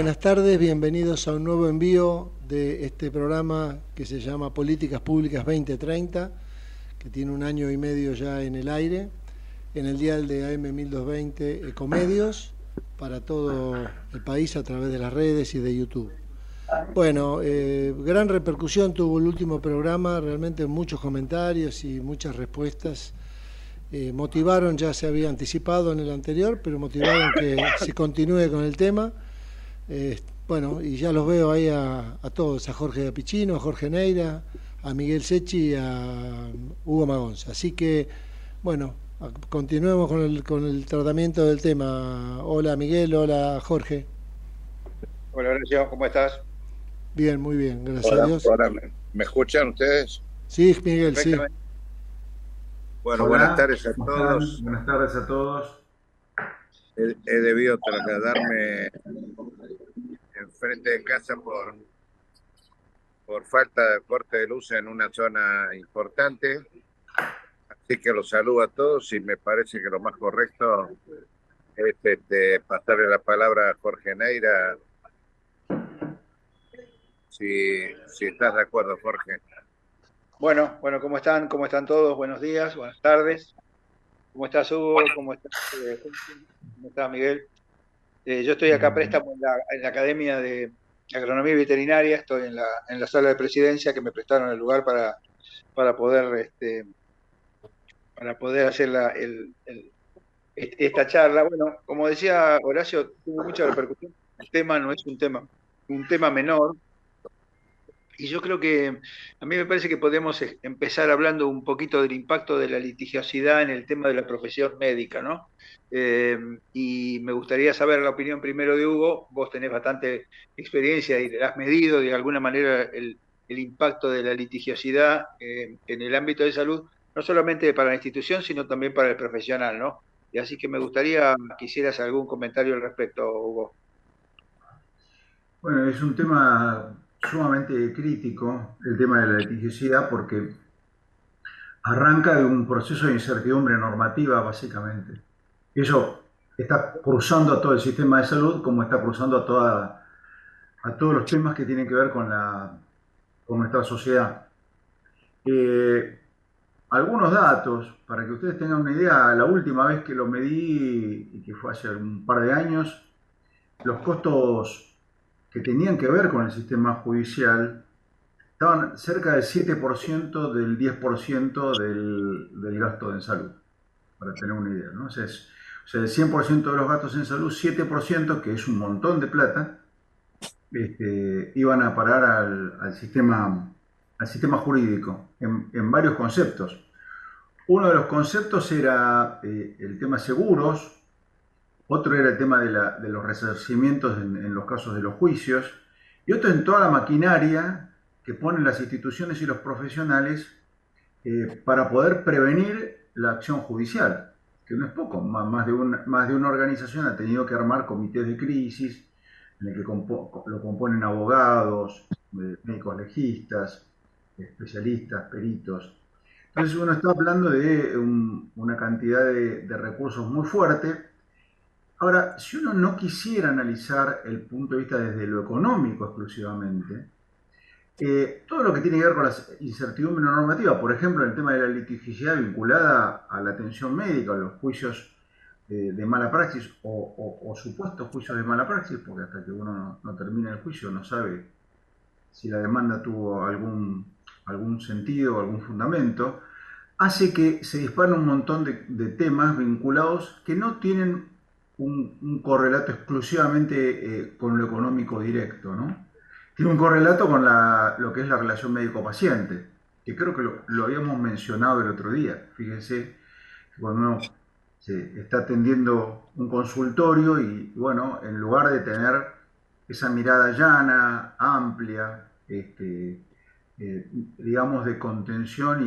buenas tardes, bienvenidos a un nuevo envío de este programa que se llama Políticas Públicas 2030, que tiene 1 año y medio ya en el aire, en el dial de AM 1220 Ecomedios, para todo el país a través de las redes y de YouTube. Bueno, gran repercusión tuvo el último programa, realmente muchos comentarios y muchas respuestas. Motivaron, ya se había anticipado en el anterior, pero motivaron que se continúe con el tema. Bueno, y ya los veo ahí a todos, a Jorge Apicino, a Jorge Neira, a Miguel Secchi y a Hugo Magonza. Así que, bueno, continuemos con el tratamiento del tema. Hola Miguel, hola Jorge. Hola Horacio, ¿cómo estás? Bien, muy bien, gracias a Dios. Hola, ¿me escuchan ustedes? Sí, Miguel, sí. Bueno, hola, buenas tardes a todos. Buenas tardes a todos. He debido trasladarme enfrente de casa por falta de corte de luz en una zona importante. Así que los saludo a todos y me parece que lo más correcto es pasarle la palabra a Jorge Neira. Si estás de acuerdo, Jorge. Bueno, ¿cómo están? ¿Cómo están todos? Buenos días, buenas tardes. ¿Cómo estás, Hugo? ¿Cómo estás, Miguel? Yo estoy acá a préstamo en la Academia de Agronomía y Veterinaria. Estoy en la sala de presidencia que me prestaron el lugar para poder hacer esta charla. Bueno, como decía Horacio, tuvo mucha repercusión. El tema no es un tema menor. Y yo creo que a mí me parece que podemos empezar hablando un poquito del impacto de la litigiosidad en el tema de la profesión médica, ¿no? Y me gustaría saber la opinión primero de Hugo. Vos tenés bastante experiencia y has medido de alguna manera el impacto de la litigiosidad en el ámbito de salud, no solamente para la institución, sino también para el profesional, ¿no? Y así que me gustaría que hicieras algún comentario al respecto, Hugo. Bueno, es un tema sumamente crítico, el tema de la litigiosidad, porque arranca de un proceso de incertidumbre normativa, básicamente. Eso está cruzando a todo el sistema de salud, como está cruzando a todos los temas que tienen que ver con nuestra sociedad. Algunos datos, para que ustedes tengan una idea, la última vez que lo medí, y que fue hace un par de años, los costos que tenían que ver con el sistema judicial estaban cerca del 7% del 10% del gasto en salud, para tener una idea, ¿no? O sea, el 100% de los gastos en salud, 7%, que es un montón de plata, iban a parar al sistema jurídico en varios conceptos. Uno de los conceptos era el tema seguros. Otro era el tema de los resarcimientos en los casos de los juicios, y otro en toda la maquinaria que ponen las instituciones y los profesionales para poder prevenir la acción judicial, que no es poco. Más de una organización ha tenido que armar comités de crisis, en el que lo componen abogados, médicos legistas, especialistas, peritos. Entonces uno está hablando de una cantidad de recursos muy fuerte. Ahora, si uno no quisiera analizar el punto de vista desde lo económico exclusivamente, todo lo que tiene que ver con la incertidumbre normativa, por ejemplo, el tema de la litigiosidad vinculada a la atención médica, o los juicios de mala praxis o supuestos juicios de mala praxis, porque hasta que uno no termina el juicio no sabe si la demanda tuvo algún sentido o algún fundamento, hace que se disparen un montón de temas vinculados que no tienen un correlato exclusivamente con lo económico directo, ¿no? Tiene un correlato con lo que es la relación médico-paciente, que creo que lo habíamos mencionado el otro día. Fíjense, cuando uno se está atendiendo un consultorio y, bueno, en lugar de tener esa mirada llana, amplia, digamos, de contención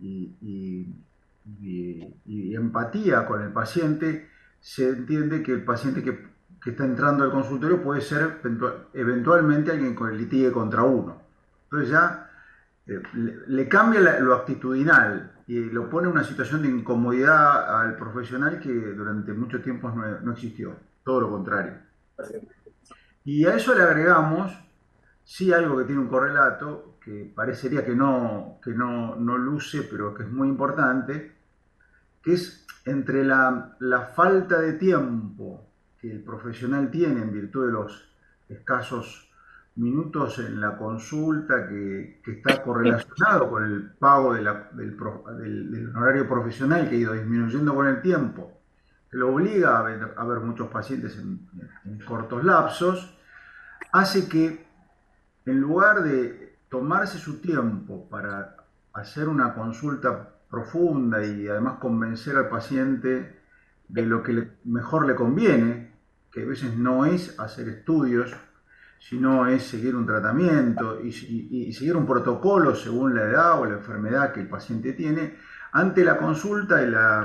y empatía con el paciente, se entiende que el paciente que está entrando al consultorio puede ser eventualmente alguien que litigue contra uno. Entonces ya le cambia lo actitudinal y lo pone en una situación de incomodidad al profesional que durante mucho tiempo no existió, todo lo contrario. Y a eso le agregamos, sí, algo que tiene un correlato, que parecería que no luce, pero que es muy importante, que es entre la falta de tiempo que el profesional tiene en virtud de los escasos minutos en la consulta, que está correlacionado con el pago del horario profesional, que ha ido disminuyendo con el tiempo, que lo obliga a ver muchos pacientes en cortos lapsos, hace que en lugar de tomarse su tiempo para hacer una consulta profunda y además convencer al paciente de lo que mejor le conviene, que a veces no es hacer estudios, sino es seguir un tratamiento y seguir un protocolo según la edad o la enfermedad que el paciente tiene, ante la consulta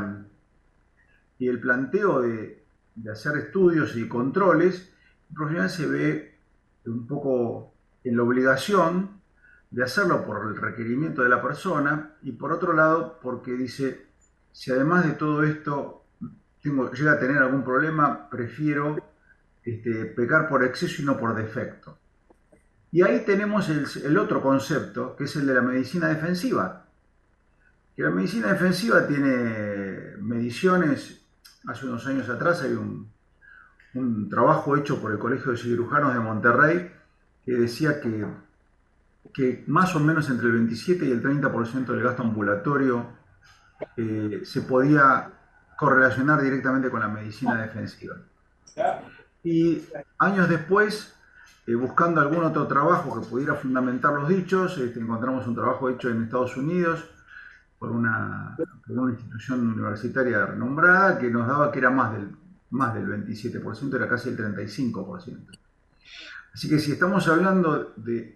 y el planteo de hacer estudios y controles, el profesional se ve un poco en la obligación de hacerlo por el requerimiento de la persona y por otro lado porque dice, si además de todo esto llega a tener algún problema, prefiero pecar por exceso y no por defecto. Y ahí tenemos el otro concepto, que es el de la medicina defensiva. Que la medicina defensiva tiene mediciones. Hace unos años atrás hay un trabajo hecho por el Colegio de Cirujanos de Monterrey que decía que más o menos entre el 27 y el 30% del gasto ambulatorio se podía correlacionar directamente con la medicina defensiva. Y años después, buscando algún otro trabajo que pudiera fundamentar los dichos, encontramos un trabajo hecho en Estados Unidos por una institución universitaria renombrada que nos daba que era más del 27%, era casi el 35%. Así que si estamos hablando del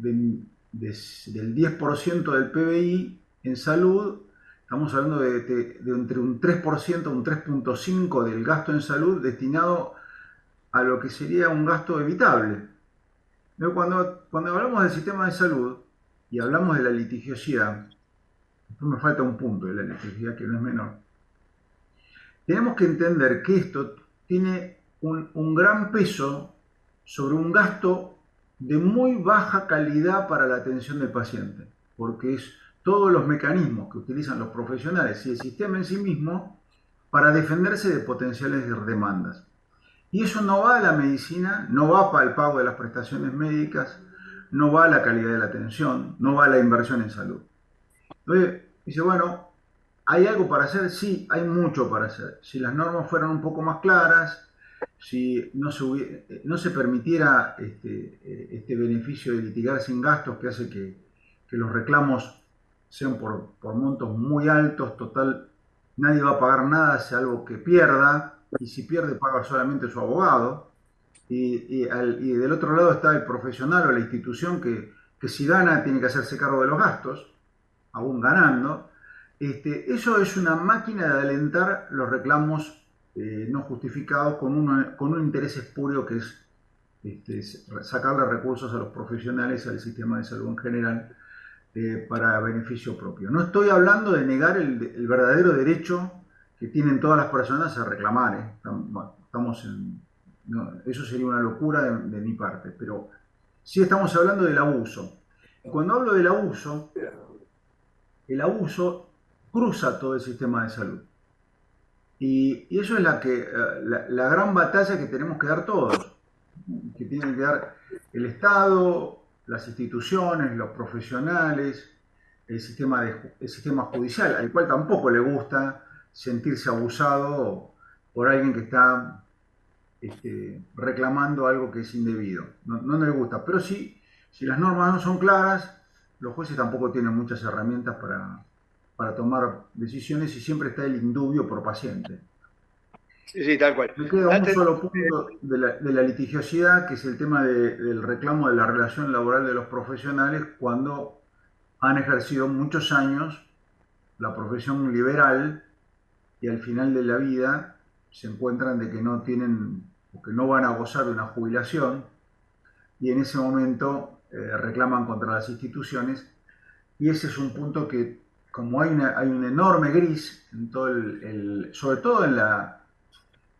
10% del PBI en salud, estamos hablando de entre un 3%, un 3.5% del gasto en salud destinado a lo que sería un gasto evitable. Pero cuando hablamos del sistema de salud y hablamos de la litigiosidad, después me falta un punto de la litigiosidad que no es menor, tenemos que entender que esto tiene un gran peso sobre un gasto de muy baja calidad para la atención del paciente, porque es todos los mecanismos que utilizan los profesionales y el sistema en sí mismo para defenderse de potenciales demandas. Y eso no va a la medicina, no va para el pago de las prestaciones médicas, no va a la calidad de la atención, no va a la inversión en salud. Entonces, dice, bueno, ¿hay algo para hacer? Sí, hay mucho para hacer. Si las normas fueran un poco más claras, si no se permitiera este beneficio de litigar sin gastos que hace que los reclamos sean por montos muy altos, total, nadie va a pagar nada, salvo que pierda, y si pierde paga solamente su abogado, y del otro lado está el profesional o la institución que si gana tiene que hacerse cargo de los gastos, aún ganando. Eso es una máquina de alentar los reclamos no justificados con un interés espurio que es sacarle recursos a los profesionales, al sistema de salud en general, para beneficio propio. No estoy hablando de negar el verdadero derecho que tienen todas las personas a reclamar. Eso sería una locura de mi parte, pero sí estamos hablando del abuso. Y cuando hablo del abuso, el abuso cruza todo el sistema de salud. Y eso es la gran batalla que tenemos que dar todos, que tienen que dar el Estado, las instituciones, los profesionales, el sistema judicial, al cual tampoco le gusta sentirse abusado por alguien que está reclamando algo que es indebido. No le gusta, pero sí, si las normas no son claras, los jueces tampoco tienen muchas herramientas para tomar decisiones y siempre está el indubio por paciente. Sí, tal cual. Me queda un solo punto de la litigiosidad, que es el tema del reclamo de la relación laboral de los profesionales cuando han ejercido muchos años la profesión liberal y al final de la vida se encuentran de que no tienen o que no van a gozar de una jubilación y en ese momento reclaman contra las instituciones, y ese es un punto que, como hay un enorme gris en todo sobre todo en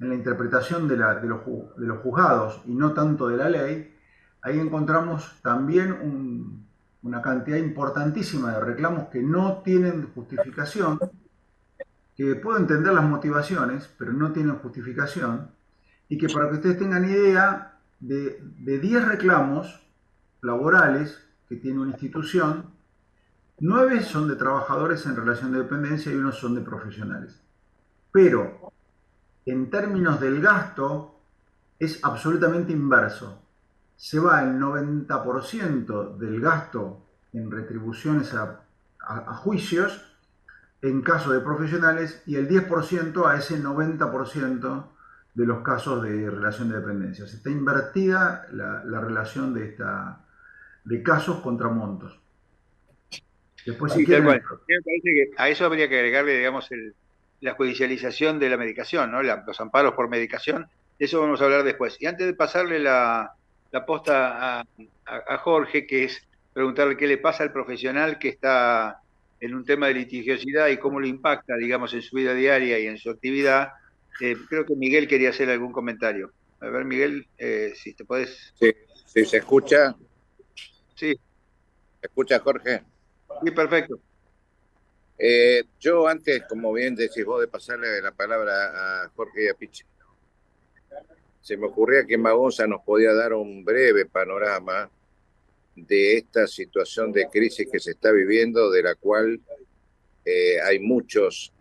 en la interpretación de los juzgados y no tanto de la ley, ahí encontramos también una cantidad importantísima de reclamos que no tienen justificación, que puedo entender las motivaciones, pero no tienen justificación, y que para que ustedes tengan idea, de 10 reclamos laborales que tiene una institución, 9 son de trabajadores en relación de dependencia y 1 son de profesionales. Pero en términos del gasto es absolutamente inverso. Se va el 90% del gasto en retribuciones a juicios en caso de profesionales y el 10% a ese 90% de los casos de relación de dependencia. Se está invertida la relación de casos contra montos. Después, si quieren... Me parece que a eso habría que agregarle, digamos, la judicialización de la medicación, ¿no? Los amparos por medicación. Eso vamos a hablar después. Y antes de pasarle la posta a Jorge, que es preguntarle qué le pasa al profesional que está en un tema de litigiosidad y cómo lo impacta, digamos, en su vida diaria y en su actividad, creo que Miguel quería hacer algún comentario. A ver, Miguel, si te podés... Sí, ¿se escucha? Sí. ¿Se escucha, Jorge? Sí, perfecto. Yo antes, como bien decís vos, de pasarle la palabra a Jorge y a Pichi, se me ocurría que Magonza nos podía dar un breve panorama de esta situación de crisis que se está viviendo, de la cual hay muchos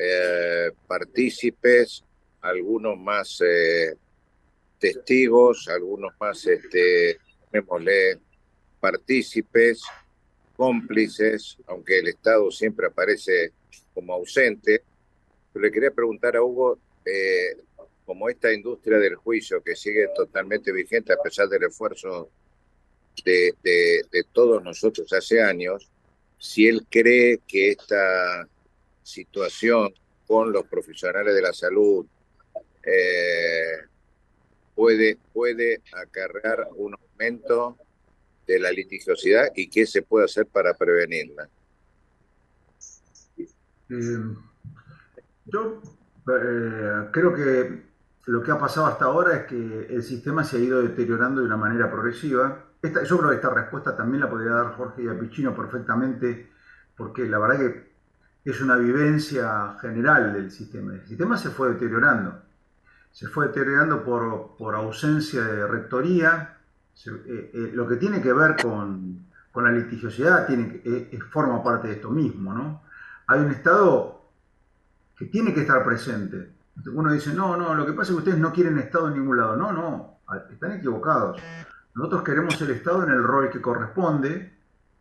partícipes, algunos más testigos, algunos más, llamémosle, partícipes, cómplices, aunque el Estado siempre aparece como ausente. Pero le quería preguntar a Hugo, como esta industria del juicio que sigue totalmente vigente a pesar del esfuerzo de todos nosotros hace años, si él cree que esta situación con los profesionales de la salud puede acarrear un aumento de la litigiosidad y qué se puede hacer para prevenirla. Yo creo que lo que ha pasado hasta ahora es que el sistema se ha ido deteriorando de una manera progresiva. Yo creo que esta respuesta también la podría dar Jorge Iapichino perfectamente, porque la verdad que es una vivencia general del sistema. El sistema se fue deteriorando. Se fue deteriorando por ausencia de rectoría. Lo que tiene que ver con la litigiosidad forma parte de esto mismo, ¿no? Hay un Estado que tiene que estar presente. Uno dice, no, lo que pasa es que ustedes no quieren Estado en ningún lado. No, están equivocados. Nosotros queremos el Estado en el rol que corresponde,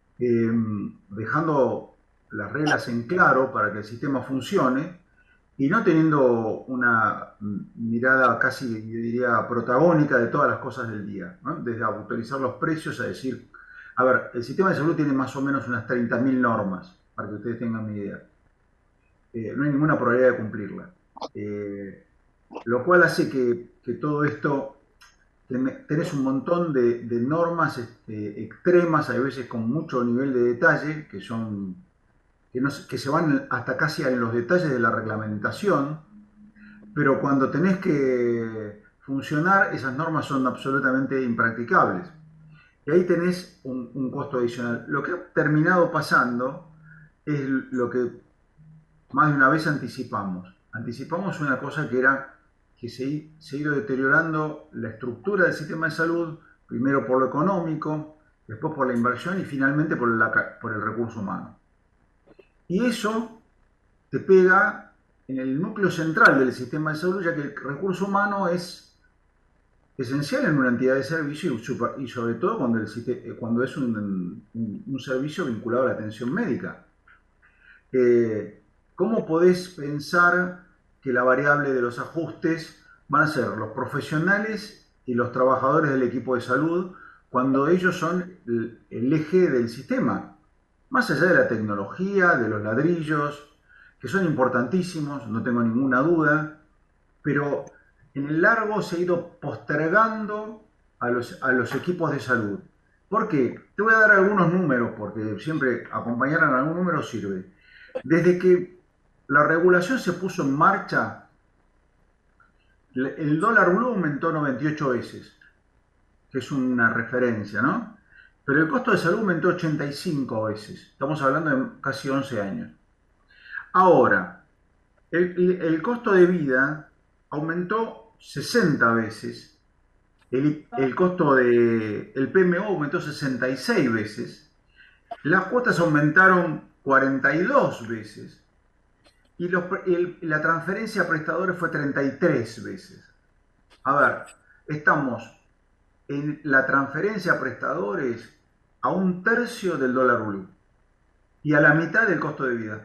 dejando las reglas en claro para que el sistema funcione y no teniendo una mirada casi, yo diría, protagónica de todas las cosas del día, ¿no? Desde autorizar los precios a decir, a ver, el sistema de salud tiene más o menos unas 30.000 normas, para que ustedes tengan una idea. No hay ninguna probabilidad de cumplirla. Lo cual hace que todo esto, tenés un montón de normas extremas, a veces con mucho nivel de detalle, que se van hasta casi en los detalles de la reglamentación, pero cuando tenés que funcionar, esas normas son absolutamente impracticables. Y ahí tenés un costo adicional. Lo que ha terminado pasando es lo que más de una vez anticipamos. Anticipamos una cosa que era que se ha ido deteriorando la estructura del sistema de salud, primero por lo económico, después por la inversión y finalmente por el recurso humano. Y eso te pega en el núcleo central del sistema de salud, ya que el recurso humano es esencial en una entidad de servicio y sobre todo cuando es un servicio vinculado a la atención médica. ¿Cómo podés pensar que la variable de los ajustes van a ser los profesionales y los trabajadores del equipo de salud cuando ellos son el eje del sistema? Más allá de la tecnología, de los ladrillos, que son importantísimos, no tengo ninguna duda, pero en el largo se ha ido postergando a los equipos de salud. ¿Por qué? Te voy a dar algunos números, porque siempre acompañar a algún número sirve. Desde que la regulación se puso en marcha, El dólar blue aumentó 98 veces, que es una referencia, ¿no? Pero el costo de salud aumentó 85 veces. Estamos hablando de casi 11 años. Ahora, el costo de vida aumentó 60 veces. El costo del PMO aumentó 66 veces. Las cuotas aumentaron 42 veces. Y la transferencia a prestadores fue 33 veces. A ver, estamos en la transferencia a prestadores a 1/3 del dólar blue y a la mitad del costo de vida.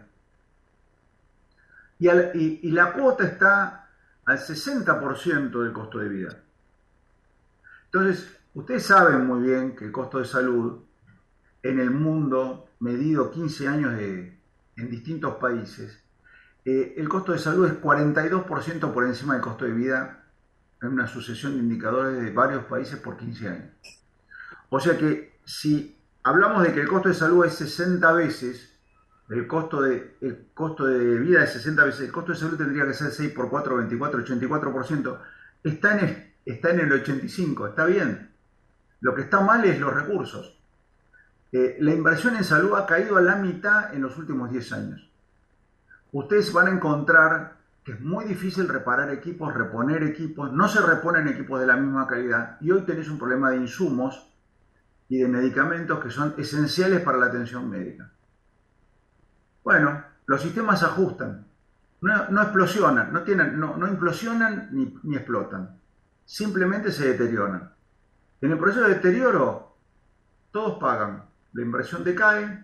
Y la cuota está al 60% del costo de vida. Entonces, ustedes saben muy bien que el costo de salud en el mundo, medido 15 años en distintos países, el costo de salud es 42% por encima del costo de vida en una sucesión de indicadores de varios países por 15 años. O sea que si hablamos de que el costo de salud es 60 veces, el costo de vida es 60 veces, el costo de salud tendría que ser 6 por 4, 24, 84%. Está en el 85%, está bien. Lo que está mal es los recursos. La inversión en salud ha caído a la mitad en los últimos 10 años. Ustedes van a encontrar que es muy difícil reparar equipos, reponer equipos, no se reponen equipos de la misma calidad y hoy tenés un problema de insumos y de medicamentos que son esenciales para la atención médica. Bueno, los sistemas se ajustan, no explosionan, no implosionan ni explotan, simplemente se deterioran. En el proceso de deterioro, todos pagan, la inversión decae,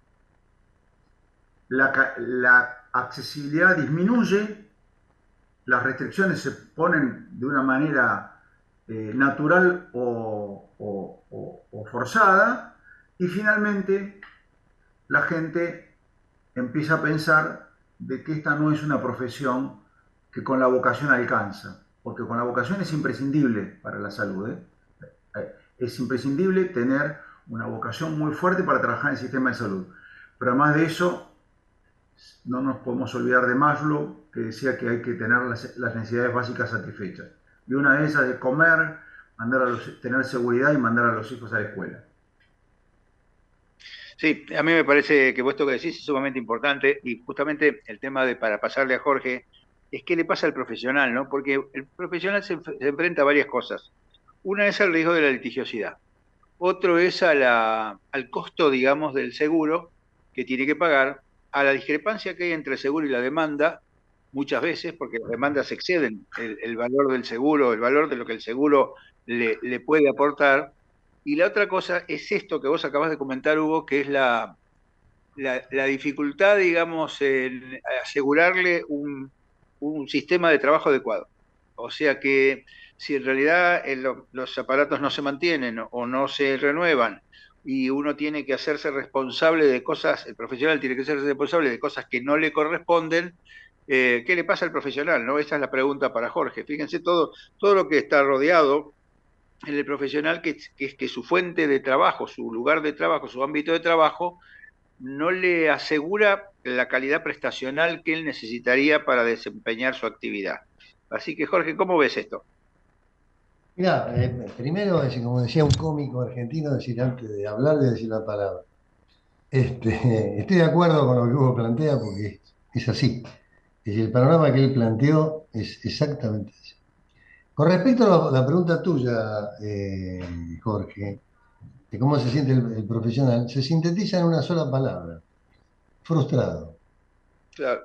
la accesibilidad disminuye, las restricciones se ponen de una manera natural o forzada, y finalmente la gente empieza a pensar de que esta no es una profesión que con la vocación alcanza, porque con la vocación es imprescindible para la salud. Es imprescindible tener una vocación muy fuerte para trabajar en el sistema de salud. Pero además de eso, no nos podemos olvidar de Maslow, que decía que hay que tener las necesidades básicas satisfechas. Y una de esas es comer, tener seguridad y mandar a los hijos a la escuela. Sí, a mí me parece que esto que decís es sumamente importante y justamente el tema para pasarle a Jorge es qué le pasa al profesional, ¿no? Porque el profesional se enfrenta a varias cosas. Una es el riesgo de la litigiosidad. Otro es al costo, digamos, del seguro que tiene que pagar, a la discrepancia que hay entre el seguro y la demanda, muchas veces, porque las demandas exceden el valor del seguro, el valor de lo que el seguro le puede aportar. Y la otra cosa es esto que vos acabas de comentar, Hugo, que es la dificultad, digamos, en asegurarle un sistema de trabajo adecuado. O sea que si en realidad los aparatos no se mantienen o no se renuevan y uno tiene que hacerse responsable de cosas, el profesional tiene que hacerse responsable de cosas que no le corresponden, ¿qué le pasa al profesional? ¿No? Esa es la pregunta para Jorge. Fíjense todo lo que está rodeado en el profesional, que es que su fuente de trabajo, su lugar de trabajo, su ámbito de trabajo, no le asegura la calidad prestacional que él necesitaría para desempeñar su actividad. Así que, Jorge, ¿cómo ves esto? Mirá, primero, como decía un cómico argentino, decir antes de hablar, de decir la palabra. Estoy de acuerdo con lo que Hugo plantea porque es así. Es decir, el panorama que él planteó es exactamente así. Con respecto a la pregunta tuya, Jorge, de cómo se siente el profesional, se sintetiza en una sola palabra: frustrado. Claro.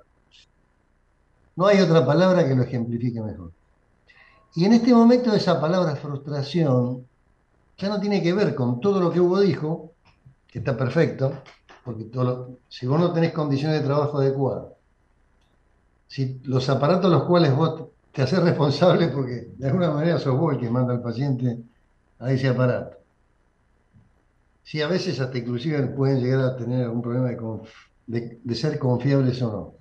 No hay otra palabra que lo ejemplifique mejor. Y en este momento esa palabra frustración ya no tiene que ver con todo lo que Hugo dijo, que está perfecto, porque si vos no tenés condiciones de trabajo adecuadas, si los aparatos los cuales vos te haces responsable, porque de alguna manera sos vos el que manda al paciente a ese aparato, si a veces hasta inclusive pueden llegar a tener algún problema de ser confiables o no.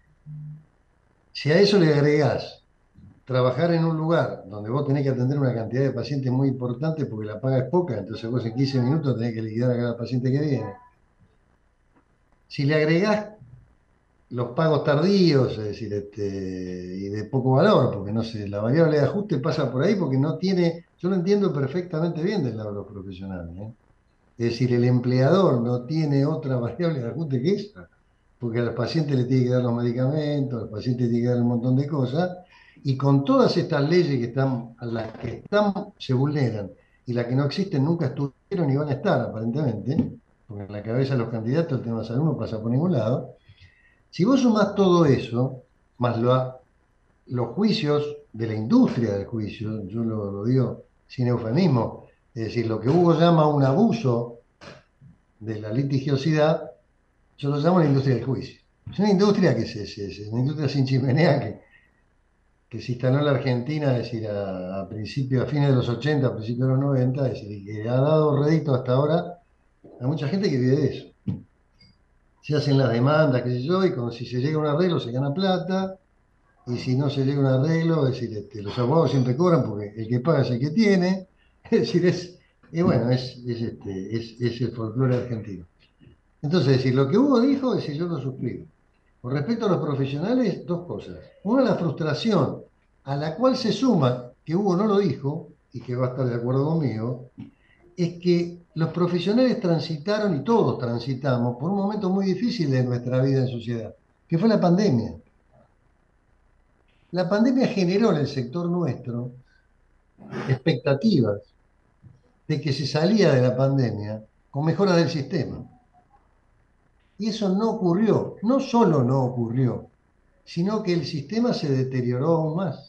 Si a eso le agregás trabajar en un lugar donde vos tenés que atender una cantidad de pacientes muy importante porque la paga es poca, entonces vos en 15 minutos tenés que liquidar a cada paciente que viene. Si le agregás los pagos tardíos, es decir, y de poco valor, porque no sé, la variable de ajuste pasa por ahí porque no tiene, yo lo entiendo perfectamente bien del lado de los profesionales, ¿eh? Es decir, el empleador no tiene otra variable de ajuste que esa, porque a los pacientes le tiene que dar los medicamentos, a los pacientes le tiene que dar un montón de cosas, y con todas estas leyes que están, a las que están, se vulneran, y las que no existen nunca estuvieron ni van a estar, aparentemente, porque en la cabeza de los candidatos el tema de salud no pasa por ningún lado. Si vos sumás todo eso, más los juicios de la industria del juicio, yo lo digo sin eufemismo, es decir, lo que Hugo llama un abuso de la litigiosidad, yo lo llamo la industria del juicio. Es una industria es una industria sin chimenea que se instaló en la Argentina, es decir, a fines de los 80, a principios de los 90, es decir, que ha dado rédito hasta ahora a mucha gente que vive de eso. Se hacen las demandas, qué sé yo, y si se llega a un arreglo se gana plata, y si no se llega a un arreglo, es decir, los abogados siempre cobran porque el que paga es el que tiene, es decir, bueno, es el folclore argentino. Entonces, es decir, lo que Hugo dijo, es decir, yo lo suscribo. Con respecto a los profesionales, dos cosas. Una, la frustración, a la cual se suma, que Hugo no lo dijo, y que va a estar de acuerdo conmigo, es que los profesionales transitaron, y todos transitamos, por un momento muy difícil de nuestra vida en sociedad, que fue la pandemia. La pandemia generó en el sector nuestro expectativas de que se salía de la pandemia con mejora del sistema. Y eso no ocurrió. No solo no ocurrió, sino que el sistema se deterioró aún más.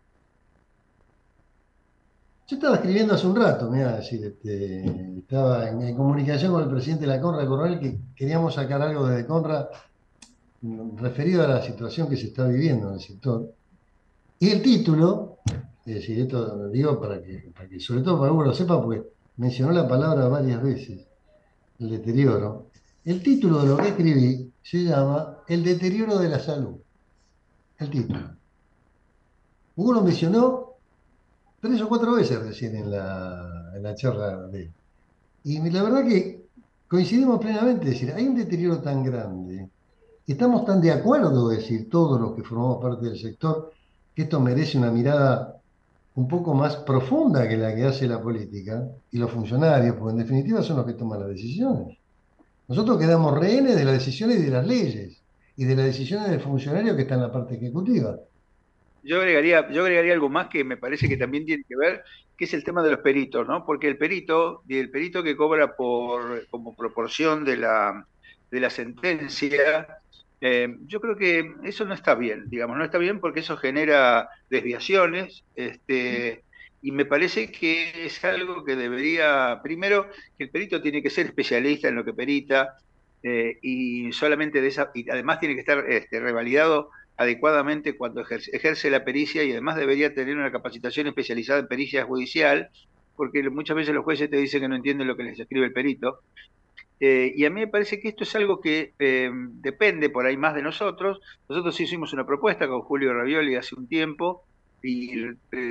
Yo estaba escribiendo hace un rato, mirá, decir, estaba en comunicación con el presidente de la CONRA, Coronel, que queríamos sacar algo de CONRA referido a la situación que se está viviendo en el sector. Y el título, es decir, esto lo digo para que sobre todo para uno lo sepa, porque mencionó la palabra varias veces, el deterioro. El título de lo que escribí se llama El deterioro de la salud. El título. Hugo lo mencionó 3 o 4 veces recién en la charla de él. Y la verdad que coincidimos plenamente, es decir, hay un deterioro tan grande, estamos tan de acuerdo, es decir, todos los que formamos parte del sector, que esto merece una mirada un poco más profunda que la que hace la política y los funcionarios, porque en definitiva son los que toman las decisiones. Nosotros quedamos rehenes de las decisiones y de las leyes, y de las decisiones del funcionario que está en la parte ejecutiva. Yo agregaría algo más que me parece que también tiene que ver, que es el tema de los peritos, ¿no? Porque el perito que cobra como proporción de la sentencia, yo creo que eso no está bien, digamos, no está bien porque eso genera desviaciones, y me parece que es algo que debería, primero, que el perito tiene que ser especialista en lo que perita, y solamente y además tiene que estar revalidado adecuadamente cuando ejerce la pericia, y además debería tener una capacitación especializada en pericia judicial, porque muchas veces los jueces te dicen que no entienden lo que les escribe el perito. Y a mí me parece que esto es algo que depende por ahí más de nosotros. Nosotros sí hicimos una propuesta con Julio Ravioli hace un tiempo y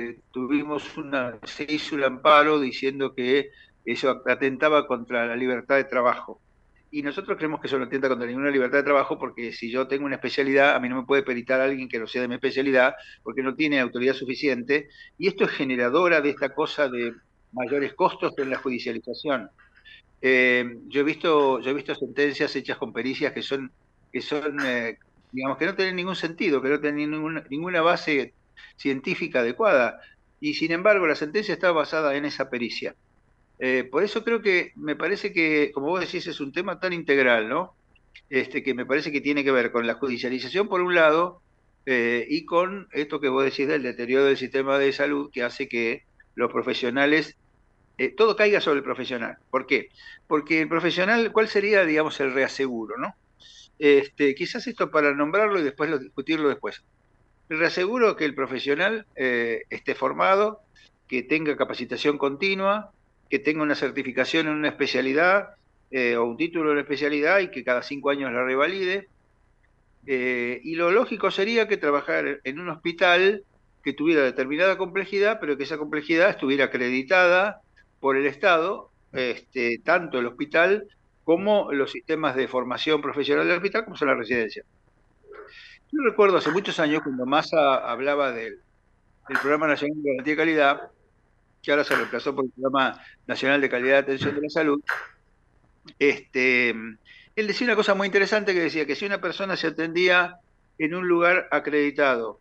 se hizo un amparo diciendo que eso atentaba contra la libertad de trabajo. Y nosotros creemos que eso no atenta contra ninguna libertad de trabajo, porque si yo tengo una especialidad, a mí no me puede peritar a alguien que no sea de mi especialidad, porque no tiene autoridad suficiente. Y esto es generadora de esta cosa de mayores costos en la judicialización. Yo he visto sentencias hechas con pericias que son, digamos, que no tienen ningún sentido, que no tienen ninguna base científica adecuada, y sin embargo la sentencia está basada en esa pericia. Por eso creo que me parece que, como vos decís, es un tema tan integral, ¿no? Que me parece que tiene que ver con la judicialización por un lado, y con esto que vos decís del deterioro del sistema de salud, que hace que los profesionales, todo caiga sobre el profesional. ¿Por qué? Porque el profesional, ¿cuál sería, digamos, el reaseguro, ¿no? Quizás esto para nombrarlo y después discutirlo después. El reaseguro que el profesional esté formado, que tenga capacitación continua, que tenga una certificación en una especialidad, o un título en una especialidad, y que cada 5 años la revalide. Y lo lógico sería que trabajar en un hospital que tuviera determinada complejidad, pero que esa complejidad estuviera acreditada por el Estado, tanto el hospital como los sistemas de formación profesional del hospital, como son las residencias. Yo recuerdo hace muchos años cuando Massa hablaba del Programa Nacional de Garantía de Calidad, que ahora se reemplazó por el Programa Nacional de Calidad de Atención de la Salud. Él decía una cosa muy interesante, que decía que si una persona se atendía en un lugar acreditado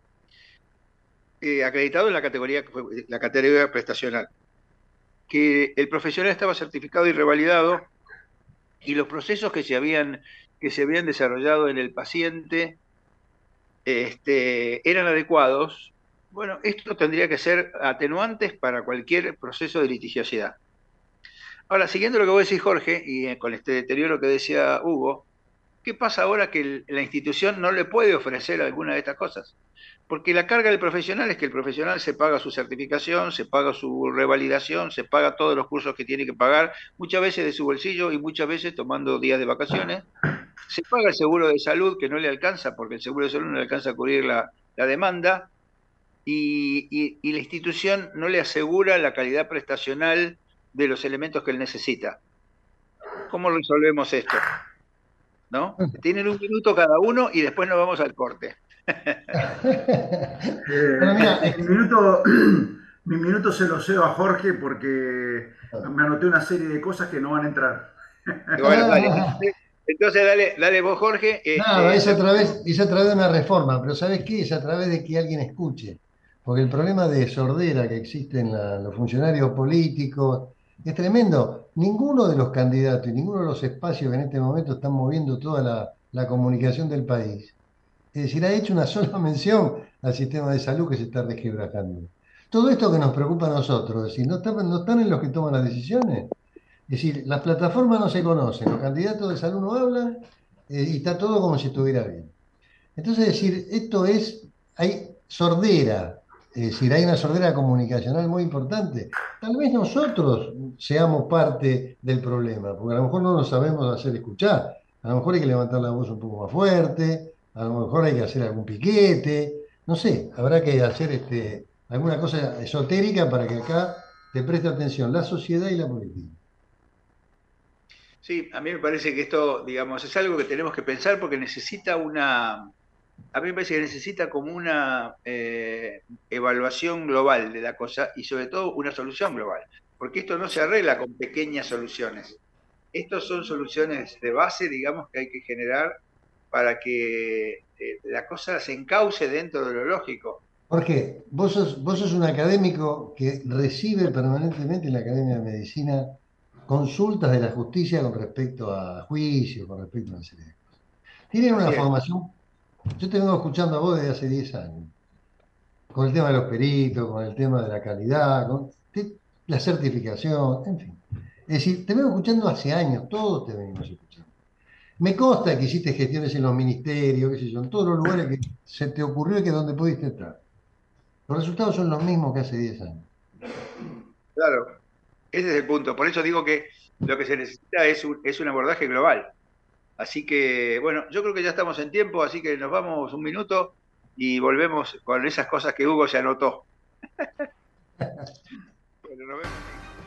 en la categoría prestacional, que el profesional estaba certificado y revalidado, y los procesos que se habían desarrollado en el paciente eran adecuados. Bueno, esto tendría que ser atenuantes para cualquier proceso de litigiosidad. Ahora, siguiendo lo que vos decís, Jorge, y con este deterioro que decía Hugo, ¿qué pasa ahora que la institución no le puede ofrecer alguna de estas cosas? Porque la carga del profesional es que el profesional se paga su certificación, se paga su revalidación, se paga todos los cursos que tiene que pagar, muchas veces de su bolsillo y muchas veces tomando días de vacaciones. Se paga el seguro de salud, que no le alcanza, porque el seguro de salud no le alcanza a cubrir la demanda, y la institución no le asegura la calidad prestacional de los elementos que él necesita. ¿Cómo resolvemos esto? ¿No? Tienen un minuto cada uno y después nos vamos al corte. Bueno, mira, mi minuto se lo cedo a Jorge porque me anoté una serie de cosas que no van a entrar. Bueno, dale. Entonces dale vos, Jorge. Nada, es a través de una reforma, pero ¿sabes qué? Es a través de que alguien escuche. Porque el problema de sordera que existe en los funcionarios políticos es tremendo. Ninguno de los candidatos y ninguno de los espacios que en este momento están moviendo toda la comunicación del país, es decir, ha hecho una sola mención al sistema de salud que se está resquebrajando. Todo esto que nos preocupa a nosotros, es decir, no están en los que toman las decisiones. Es decir, las plataformas no se conocen, los candidatos de salud no hablan, y está todo como si estuviera bien. Entonces, es decir, hay sordera, es decir, hay una sordera comunicacional muy importante. Tal vez nosotros seamos parte del problema, porque a lo mejor no nos sabemos hacer escuchar. A lo mejor hay que levantar la voz un poco más fuerte, a lo mejor hay que hacer algún piquete, no sé, habrá que hacer alguna cosa esotérica para que acá te preste atención la sociedad y la política. Sí, a mí me parece que esto, digamos, es algo que tenemos que pensar porque necesita a mí me parece que necesita como una evaluación global de la cosa y sobre todo una solución global, porque esto no se arregla con pequeñas soluciones. Estas son soluciones de base, digamos, que hay que generar para que la cosa se encauce dentro de lo lógico. Jorge, vos sos un académico que recibe permanentemente en la Academia de Medicina consultas de la justicia con respecto a juicios, con respecto a una serie de cosas. Tienen una formación, yo te vengo escuchando a vos desde hace 10 años, con el tema de los peritos, con el tema de la calidad, con la certificación, en fin. Es decir, te vengo escuchando hace años, todos te venimos escuchando. Me consta que hiciste gestiones en los ministerios, qué sé yo, en todos los lugares que se te ocurrió y que donde pudiste estar. Los resultados son los mismos que hace 10 años. Claro, ese es el punto. Por eso digo que lo que se necesita es un abordaje global. Así que, bueno, yo creo que ya estamos en tiempo, así que nos vamos un minuto y volvemos con esas cosas que Hugo se anotó. Bueno, nos vemos.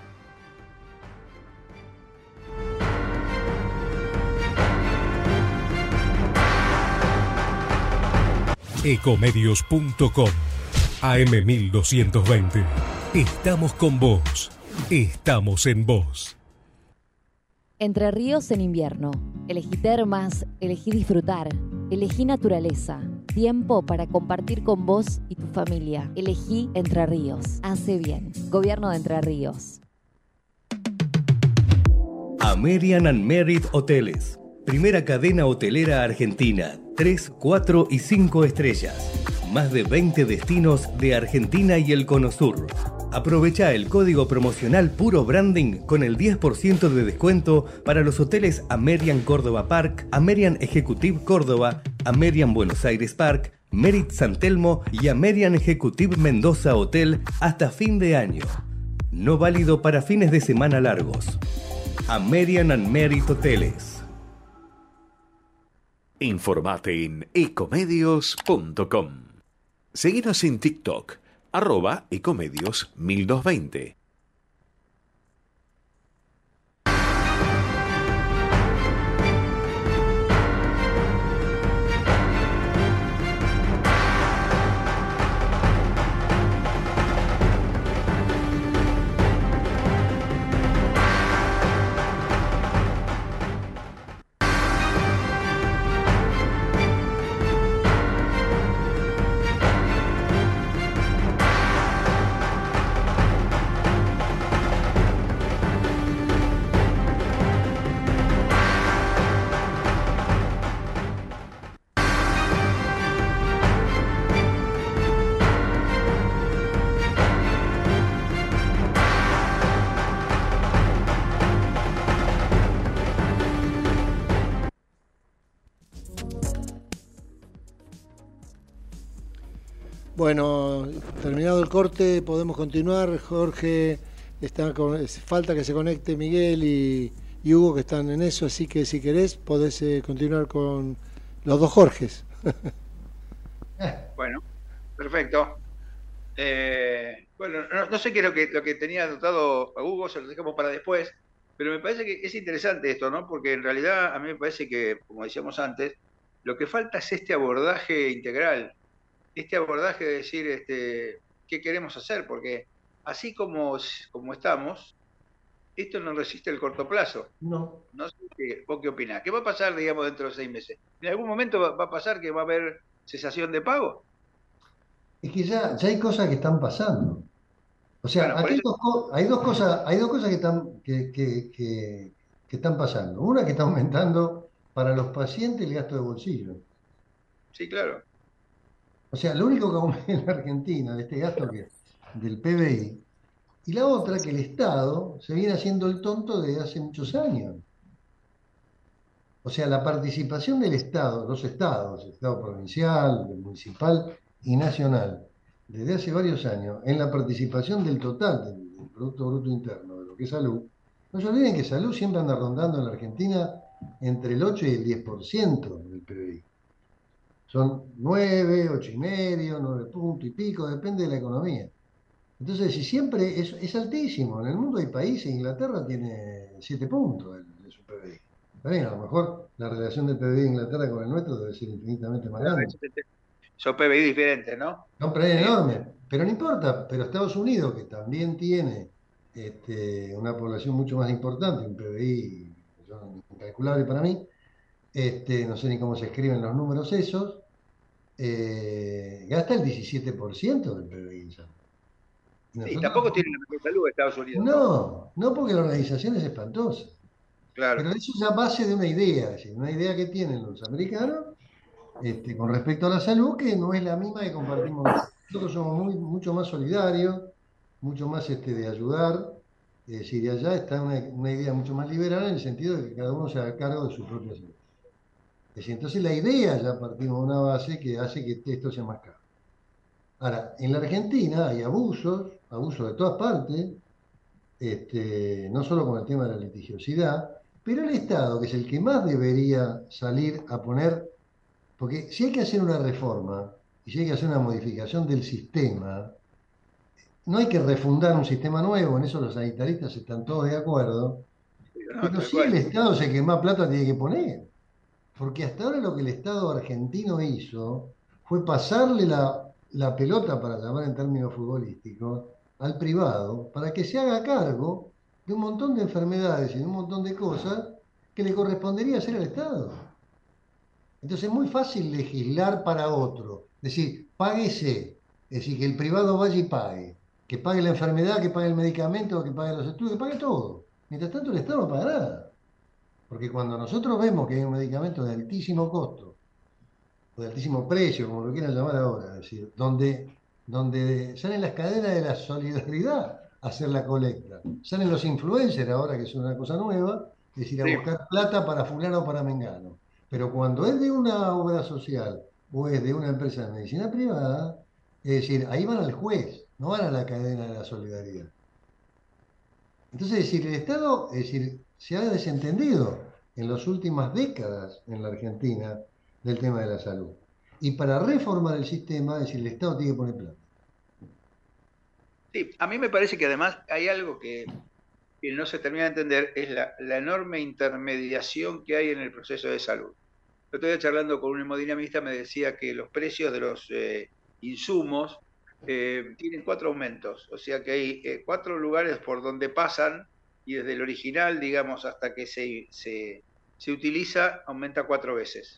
Ecomedios.com AM1220. Estamos con vos. Estamos en vos. Entre Ríos en invierno. Elegí termas, elegí disfrutar, elegí naturaleza. Tiempo para compartir con vos y tu familia. Elegí Entre Ríos. Hace bien. Gobierno de Entre Ríos. American and Merit Hoteles. Primera cadena hotelera argentina. 3, 4 y 5 estrellas. Más de 20 destinos de Argentina y el Cono Sur. Aprovecha el código promocional Puro Branding con el 10% de descuento para los hoteles American Córdoba Park, American Executive Córdoba, American Buenos Aires Park, Merit San Telmo y American Executive Mendoza Hotel hasta fin de año. No válido para fines de semana largos. American and Merit Hoteles. Informate en ecomedios.com. Seguinos en TikTok, @ecomedios1220. Bueno, terminado el corte, podemos continuar. Jorge, falta que se conecte Miguel y Hugo, que están en eso, así que si querés podés continuar con los dos Jorges. Bueno, perfecto. Bueno, no sé qué es lo que tenía anotado a Hugo, se lo dejamos para después, pero me parece que es interesante esto, ¿no? Porque en realidad a mí me parece que, como decíamos antes, lo que falta es este abordaje integral, este abordaje de decir qué queremos hacer, porque así como estamos, esto no resiste el corto plazo. No. No sé vos qué opinás. ¿Qué va a pasar, digamos, dentro de 6 meses? ¿En algún momento va a pasar que va a haber cesación de pago? Es que ya hay cosas que están pasando. O sea, Bueno, por aquí eso... hay dos cosas que están pasando. Una, que está aumentando para los pacientes el gasto de bolsillo. Sí, claro. O sea, lo único que aumenta en la Argentina de este gasto del PBI, y la otra, que el Estado se viene haciendo el tonto desde hace muchos años. O sea, la participación del Estado, los estados, el Estado provincial, el municipal y nacional, desde hace varios años, en la participación del total del Producto Bruto Interno, de lo que es salud, no se olviden que salud siempre anda rondando en la Argentina entre el 8 y el 10% del PBI. Son 9, 8,5, 9 puntos y pico, depende de la economía. Entonces, si siempre es altísimo, en el mundo hay países, Inglaterra tiene 7 puntos de su PBI. Está bien, a lo mejor la relación del PBI de Inglaterra con el nuestro debe ser infinitamente más grande. Son PBI diferentes, ¿no? Son PBI enormes, pero no importa. Pero Estados Unidos, que también tiene una población mucho más importante, un PBI incalculable para mí, no sé ni cómo se escriben los números esos, gasta el 17% del PBI. Y tampoco tiene la mejor salud de Estados Unidos. No, porque la organización es espantosa. Claro. Pero eso es a base de una idea que tienen los americanos con respecto a la salud, que no es la misma que compartimos nosotros. Nosotros somos mucho más solidarios, mucho más de ayudar. Es decir, de allá está una idea mucho más liberal en el sentido de que cada uno se haga cargo de su propia salud. Es decir, entonces la idea ya partimos de una base que hace que esto sea más caro. Ahora, en la Argentina hay abusos de todas partes, no solo con el tema de la litigiosidad, pero el Estado, que es el que más debería salir a poner, porque si hay que hacer una reforma y si hay que hacer una modificación del sistema, no hay que refundar un sistema nuevo, en eso los sanitaristas están todos de acuerdo, pero sí el Estado es el que más plata tiene que poner, porque hasta ahora lo que el Estado argentino hizo fue pasarle la pelota, para llamar en términos futbolísticos, al privado, para que se haga cargo de un montón de enfermedades y de un montón de cosas que le correspondería hacer al Estado. Entonces es muy fácil legislar para otro, decir, páguese, es decir, que el privado vaya y pague, que pague la enfermedad, que pague el medicamento, que pague los estudios, que pague todo. Mientras tanto el Estado no paga nada. Porque cuando nosotros vemos que hay un medicamento de altísimo costo, o de altísimo precio, como lo quieran llamar ahora, es decir, donde salen las cadenas de la solidaridad a hacer la colecta, salen los influencers ahora, que es una cosa nueva, es decir, a buscar plata para fulano o para mengano. Pero cuando es de una obra social o es de una empresa de medicina privada, es decir, ahí van al juez, no van a la cadena de la solidaridad. Entonces, es decir, el Estado, es decir, se ha desentendido en las últimas décadas en la Argentina del tema de la salud. Y para reformar el sistema, es decir, el Estado tiene que poner plata. Sí, a mí me parece que además hay algo que no se termina de entender, es la enorme intermediación que hay en el proceso de salud. Yo estoy charlando con un hemodinamista, me decía que los precios de los insumos tienen 4 aumentos, o sea que hay 4 lugares por donde pasan, y desde el original, digamos, hasta que se utiliza, aumenta 4 veces.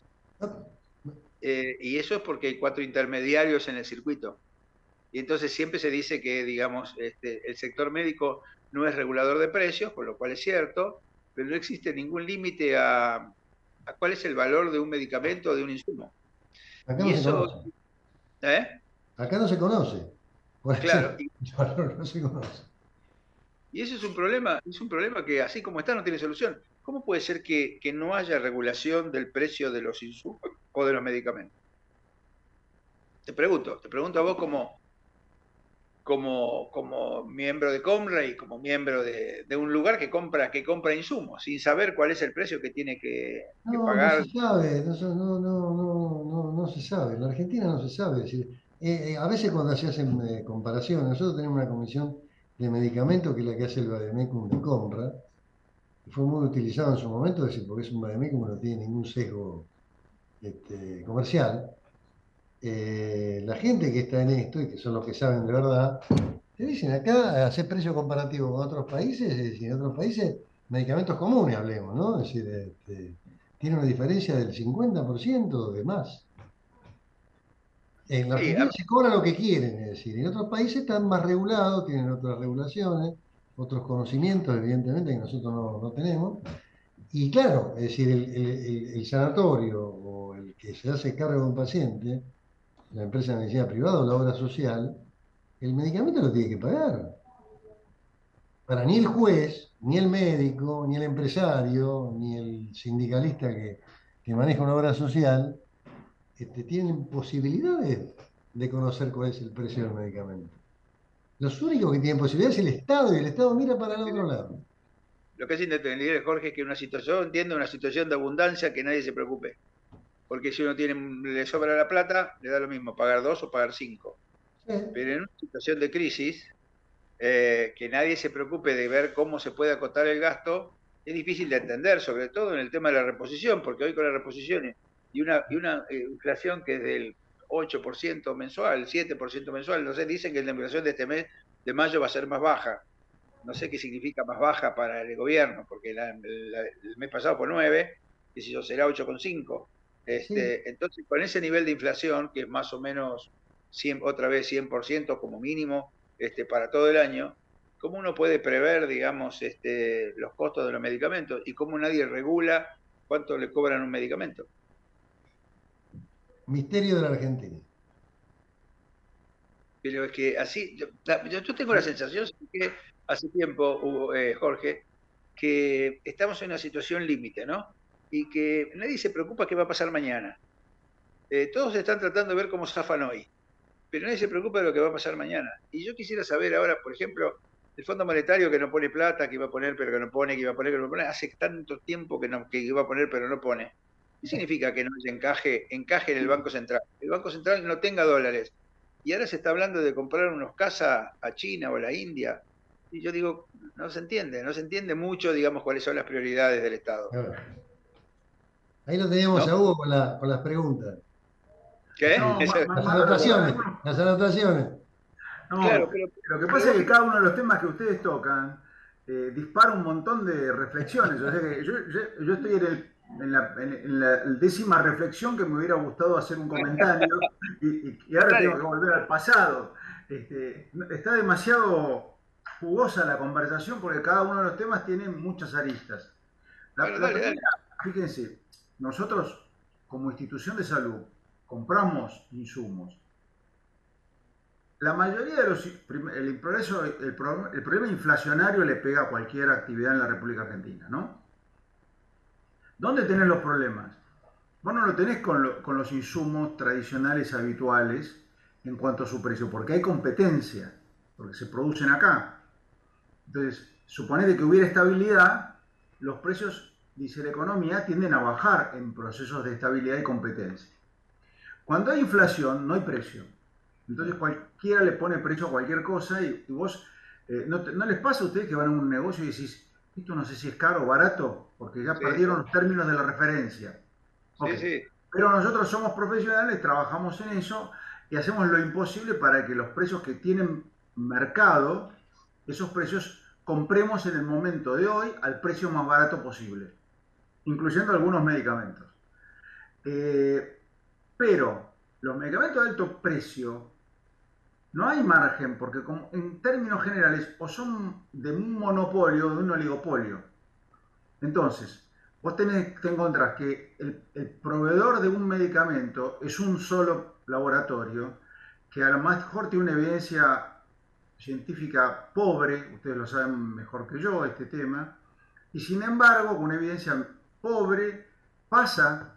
Y eso es porque hay 4 intermediarios en el circuito. Y entonces siempre se dice que, digamos, el sector médico no es regulador de precios, con lo cual es cierto, pero no existe ningún límite a cuál es el valor de un medicamento o de un insumo. Acá no se conoce. Acá no se conoce. Claro. El valor no se conoce. Y eso es un problema que así como está no tiene solución. ¿Cómo puede ser que no haya regulación del precio de los insumos o de los medicamentos? te pregunto a vos como miembro de Comra y como miembro de un lugar que compra insumos, sin saber cuál es el precio que tiene que No pagar. se sabe, no se sabe. En la Argentina no se sabe. Es decir, a veces cuando se hacen comparaciones, nosotros tenemos una comisión de medicamentos que es la que hace el Vademecum de Comra, que fue muy utilizado en su momento, es decir, porque es un Vademecum que no tiene ningún sesgo comercial. La gente que está en esto y que son los que saben de verdad, te dicen acá hacer precio comparativo con otros países, es decir, en otros países, medicamentos comunes hablemos, ¿no? Es decir, tiene una diferencia del 50% de más. En la Sí, Argentina se cobra lo que quieren, es decir, en otros países están más regulados, tienen otras regulaciones, otros conocimientos, evidentemente, que nosotros no tenemos. Y claro, es decir, el sanatorio o el que se hace cargo de un paciente, la empresa de medicina privada o la obra social, el medicamento lo tiene que pagar. Para ni el juez, ni el médico, ni el empresario, ni el sindicalista que maneja una obra social, tienen posibilidades de conocer cuál es el precio del medicamento. Los únicos que tienen posibilidad es el Estado, y el Estado mira para el otro lado. lo que es entendible, Jorge, es que yo entiendo una situación de abundancia que nadie se preocupe. Porque si uno le sobra la plata, le da lo mismo pagar 2 o pagar 5. Pero en una situación de crisis, que nadie se preocupe de ver cómo se puede acotar el gasto, es difícil de entender, sobre todo en el tema de la reposición, porque hoy con las reposiciones y una inflación que es del 8% mensual, 7% mensual, no sé, dicen que la inflación de este mes, de mayo, va a ser más baja. No sé qué significa más baja para el gobierno, porque el mes pasado fue 9, qué sé yo, será 8,5. Sí. Entonces, con ese nivel de inflación, que es más o menos otra vez 100% como mínimo para todo el año, ¿cómo uno puede prever, digamos, los costos de los medicamentos? ¿Y cómo nadie regula cuánto le cobran un medicamento? Misterio de la Argentina. Pero es que así, yo tengo la sensación que hace tiempo, Jorge, que estamos en una situación límite, ¿no? Y que nadie se preocupa qué va a pasar mañana. Todos están tratando de ver cómo zafan hoy, pero nadie se preocupa de lo que va a pasar mañana. Y yo quisiera saber ahora, por ejemplo, el Fondo Monetario que no pone plata, que iba a poner pero que no pone, que iba a poner que no pone, hace tanto tiempo que iba a poner pero no pone. ¿Qué significa que no haya encaje en el Banco Central? El Banco Central no tenga dólares. Y ahora se está hablando de comprar unos CASA a China o a la India. Y yo digo, no se entiende mucho, digamos, cuáles son las prioridades del Estado. Ahí lo teníamos, ¿no? a Hugo con las preguntas. ¿Qué? No, Las anotaciones. No, Claro, pero lo que pasa es que cada uno de los temas que ustedes tocan dispara un montón de reflexiones. O sea que yo estoy en la 10ª reflexión que me hubiera gustado hacer un comentario y ahora tengo que volver al pasado. Está demasiado jugosa la conversación porque cada uno de los temas tiene muchas aristas. Dale. Fíjense, nosotros como institución de salud compramos insumos. La mayoría de el problema inflacionario le pega a cualquier actividad en la República Argentina, ¿no? ¿Dónde tenés los problemas? Vos no lo tenés con los insumos tradicionales habituales en cuanto a su precio, porque hay competencia, porque se producen acá. Entonces, suponete que hubiera estabilidad, los precios, dice la economía, tienden a bajar en procesos de estabilidad y competencia. Cuando hay inflación, no hay precio. Entonces cualquiera le pone precio a cualquier cosa y vos, ¿no les pasa a ustedes que van a un negocio y decís, esto no sé si es caro o barato? Porque ya perdieron los términos de la referencia. Okay. Sí. Pero nosotros somos profesionales, trabajamos en eso y hacemos lo imposible para que los precios que tienen mercado, esos precios compremos en el momento de hoy al precio más barato posible, incluyendo algunos medicamentos. Pero los medicamentos de alto precio, no hay margen, porque en términos generales o son de un monopolio o de un oligopolio. Entonces, vos te encontrás que el proveedor de un medicamento es un solo laboratorio que a lo mejor tiene una evidencia científica pobre, ustedes lo saben mejor que yo este tema, y sin embargo con una evidencia pobre pasa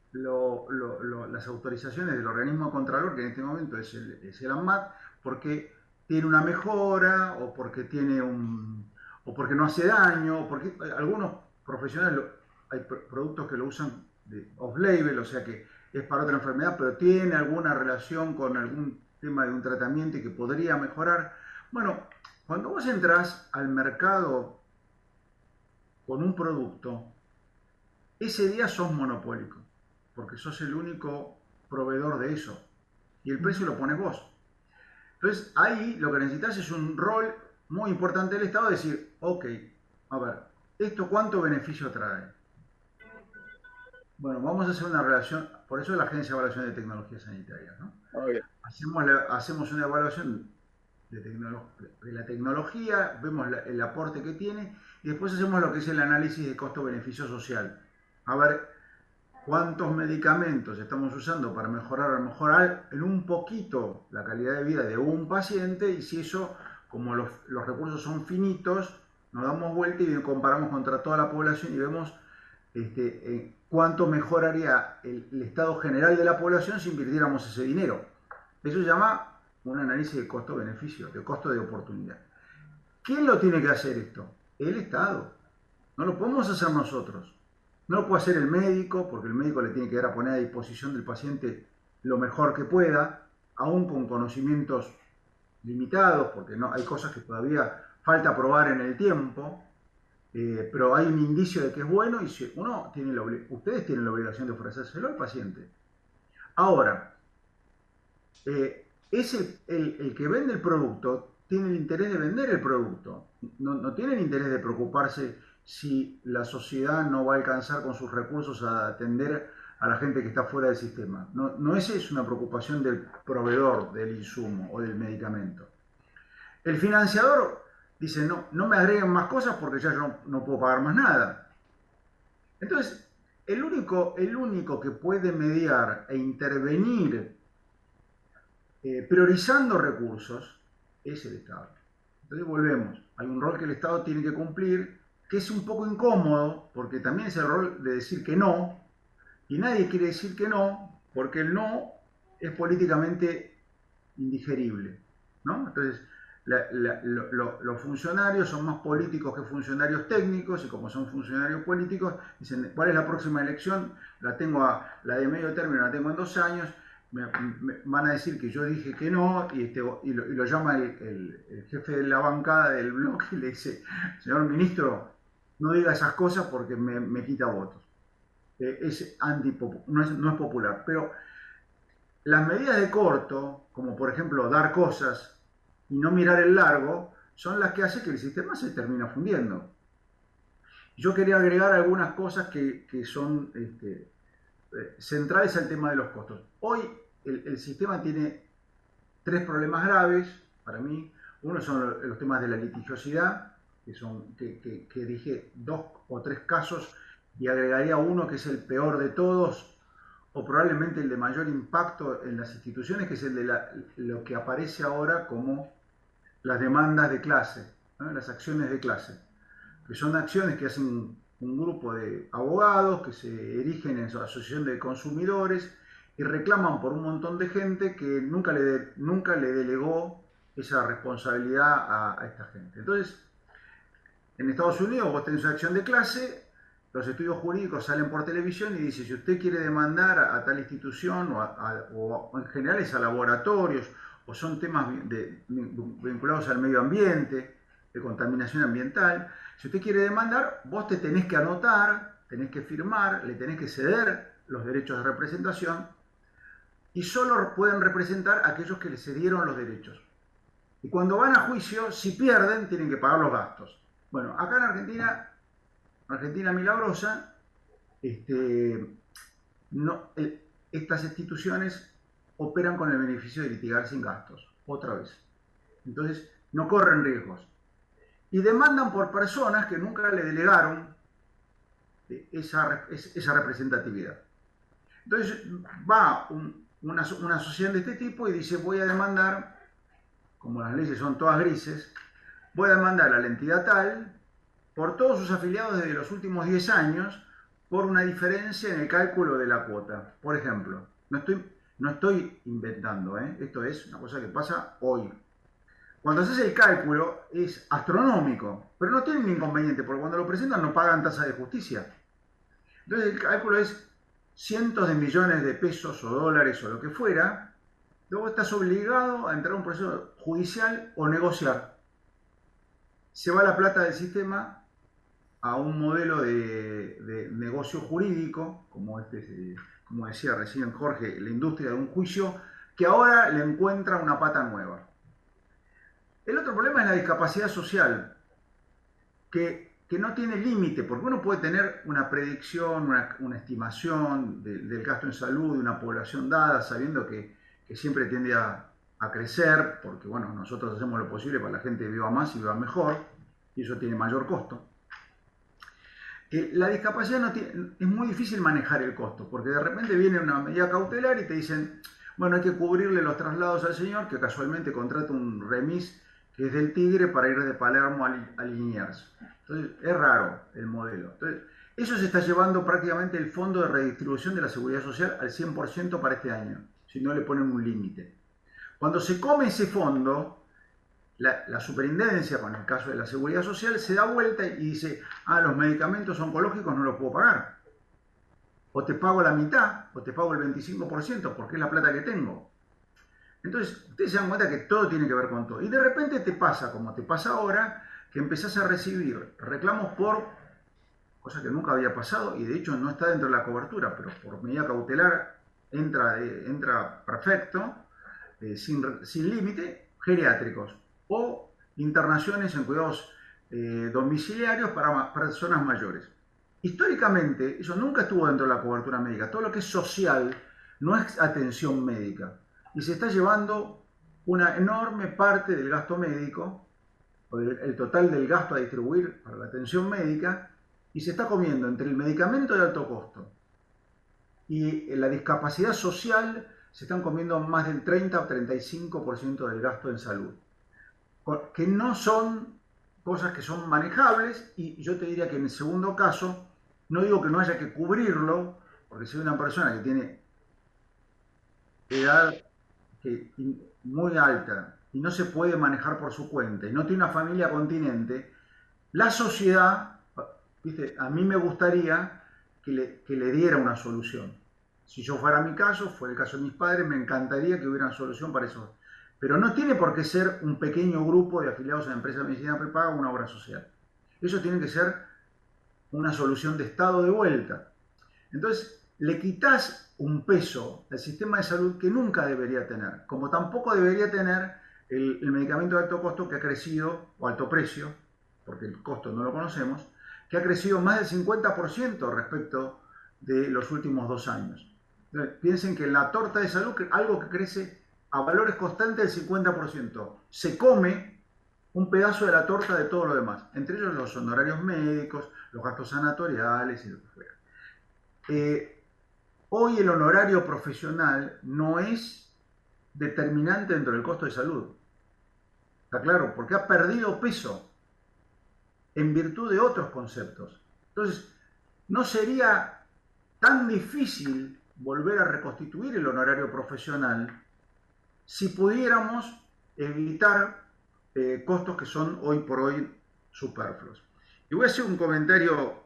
las autorizaciones del organismo contralor, que en este momento es el ANMAT, porque tiene una mejora o porque o porque no hace daño, o porque algunos profesionales hay productos que lo usan off-label, o sea que es para otra enfermedad, pero tiene alguna relación con algún tema de un tratamiento y que podría mejorar. Bueno, cuando vos entras al mercado con un producto, ese día sos monopólico, porque sos el único proveedor de eso, y el precio lo pones vos. Entonces ahí lo que necesitas es un rol muy importante del Estado, decir, ok, a ver, ¿esto cuánto beneficio trae? Bueno, vamos a hacer una relación, por eso es la Agencia de Evaluación de Tecnologías Sanitarias, ¿no? Hacemos una evaluación de la tecnología, vemos el aporte que tiene, y después hacemos lo que es el análisis de costo-beneficio social. A ver cuántos medicamentos estamos usando para mejorar a lo mejor en un poquito la calidad de vida de un paciente, y si eso, como los recursos son finitos, nos damos vuelta y comparamos contra toda la población y vemos cuánto mejoraría el estado general de la población si invirtiéramos ese dinero. Eso se llama un análisis de costo-beneficio, de costo de oportunidad. ¿Quién lo tiene que hacer esto? El Estado. No lo podemos hacer nosotros. No lo puede hacer el médico, porque el médico le tiene que dar a poner a disposición del paciente lo mejor que pueda, aún con conocimientos limitados, porque no, hay cosas que todavía falta probar en el tiempo, pero hay un indicio de que es bueno, y si ustedes tienen la obligación de ofrecérselo al paciente. Ahora, el que vende el producto tiene el interés de vender el producto, no tiene el interés de preocuparse si la sociedad no va a alcanzar con sus recursos a atender a la gente que está fuera del sistema. No esa es una preocupación del proveedor del insumo o del medicamento. El financiador dice, no me agreguen más cosas porque ya yo no puedo pagar más nada. Entonces, el único que puede mediar e intervenir priorizando recursos es el Estado. Entonces volvemos, hay un rol que el Estado tiene que cumplir, que es un poco incómodo, porque también es el rol de decir que no, y nadie quiere decir que no, porque el no es políticamente indigerible, ¿no? Entonces, los funcionarios son más políticos que funcionarios técnicos, y como son funcionarios políticos, dicen, ¿cuál es la próxima elección? La de medio término la tengo en 2 años, me van a decir que yo dije que no, y lo llama el jefe de la bancada del bloque y le dice, señor ministro, no diga esas cosas porque me quita votos. Es no es popular. Pero las medidas de corto, como por ejemplo dar cosas y no mirar el largo, son las que hacen que el sistema se termina fundiendo. Yo quería agregar algunas cosas que son centrales al tema de los costos. Hoy el sistema tiene 3 problemas graves para mí. Uno son los temas de la litigiosidad, que dije 2 o 3 casos, y agregaría uno que es el peor de todos, o probablemente el de mayor impacto en las instituciones, que es el de lo que aparece ahora como las demandas de clase, ¿no? Las acciones de clase, que son acciones que hacen un grupo de abogados que se erigen en su asociación de consumidores y reclaman por un montón de gente que nunca le delegó esa responsabilidad a esta gente. Entonces, en Estados Unidos vos tenés una acción de clase, los estudios jurídicos salen por televisión y dicen, si usted quiere demandar a tal institución o en general es a laboratorios, o son temas vinculados al medio ambiente, de contaminación ambiental, si usted quiere demandar, vos te tenés que anotar, tenés que firmar, le tenés que ceder los derechos de representación, y solo pueden representar a aquellos que les cedieron los derechos. Y cuando van a juicio, si pierden, tienen que pagar los gastos. Bueno, acá en Argentina milagrosa, estas instituciones operan con el beneficio de litigar sin gastos, otra vez. Entonces, no corren riesgos. Y demandan por personas que nunca le delegaron esa representatividad. Entonces, va una asociación de este tipo y dice, voy a demandar, como las leyes son todas grises, voy a demandar a la entidad tal por todos sus afiliados desde los últimos 10 años, por una diferencia en el cálculo de la cuota. Por ejemplo, no estoy inventando, esto es una cosa que pasa hoy. Cuando haces el cálculo es astronómico, pero no tiene un inconveniente, porque cuando lo presentan no pagan tasa de justicia. Entonces el cálculo es cientos de millones de pesos o dólares o lo que fuera. Luego estás obligado a entrar a un proceso judicial o negociar. Se va la plata del sistema a un modelo de negocio jurídico, como decía recién Jorge, la industria de un juicio, que ahora le encuentra una pata nueva. El otro problema es la discapacidad social, que no tiene límite, porque uno puede tener una predicción, una estimación del gasto en salud de una población dada, sabiendo que siempre tiende a crecer, porque bueno, nosotros hacemos lo posible para que la gente viva más y viva mejor, y eso tiene mayor costo. La discapacidad es muy difícil manejar el costo, porque de repente viene una medida cautelar y te dicen, bueno, hay que cubrirle los traslados al señor, que casualmente contrata un remis que es del Tigre para ir de Palermo a Liniers. Entonces, es raro el modelo. Entonces, eso se está llevando prácticamente el fondo de redistribución de la seguridad social al 100% para este año, si no le ponen un límite. Cuando se come ese fondo, la superintendencia, con el caso de la seguridad social, se da vuelta y dice, los medicamentos oncológicos no los puedo pagar. O te pago la mitad, o te pago el 25%, porque es la plata que tengo. Entonces, ustedes se dan cuenta que todo tiene que ver con todo. Y de repente te pasa, como te pasa ahora, que empezás a recibir reclamos por, cosa que nunca había pasado, y de hecho no está dentro de la cobertura, pero por medida cautelar entra perfecto, sin límite, geriátricos, o internaciones en cuidados domiciliarios para personas mayores. Históricamente, eso nunca estuvo dentro de la cobertura médica. Todo lo que es social no es atención médica. Y se está llevando una enorme parte del gasto médico, o el total del gasto a distribuir para la atención médica, y se está comiendo entre el medicamento de alto costo y la discapacidad social, se están comiendo más del 30 o 35% del gasto en salud, que no son cosas que son manejables, y yo te diría que en el segundo caso, no digo que no haya que cubrirlo, porque si hay una persona que tiene edad muy alta y no se puede manejar por su cuenta y no tiene una familia continente, la sociedad, ¿viste? A mí me gustaría que le diera una solución. Si yo fuera mi caso, fuera el caso de mis padres, me encantaría que hubiera una solución para eso. Pero no tiene por qué ser un pequeño grupo de afiliados a la empresa de medicina prepaga o una obra social. Eso tiene que ser una solución de Estado de vuelta. Entonces, le quitas un peso al sistema de salud que nunca debería tener, como tampoco debería tener el medicamento de alto costo que ha crecido, o alto precio, porque el costo no lo conocemos, que ha crecido más del 50% respecto de los últimos 2 años. Entonces, piensen que en la torta de salud, algo que crece a valores constantes del 50%, se come un pedazo de la torta de todo lo demás, entre ellos los honorarios médicos, los gastos sanatoriales y lo que fuera. Hoy el honorario profesional no es determinante dentro del costo de salud. ¿Está claro? Porque ha perdido peso en virtud de otros conceptos. Entonces, no sería tan difícil volver a reconstituir el honorario profesional si pudiéramos evitar costos que son hoy por hoy superfluos. Y voy a hacer un comentario.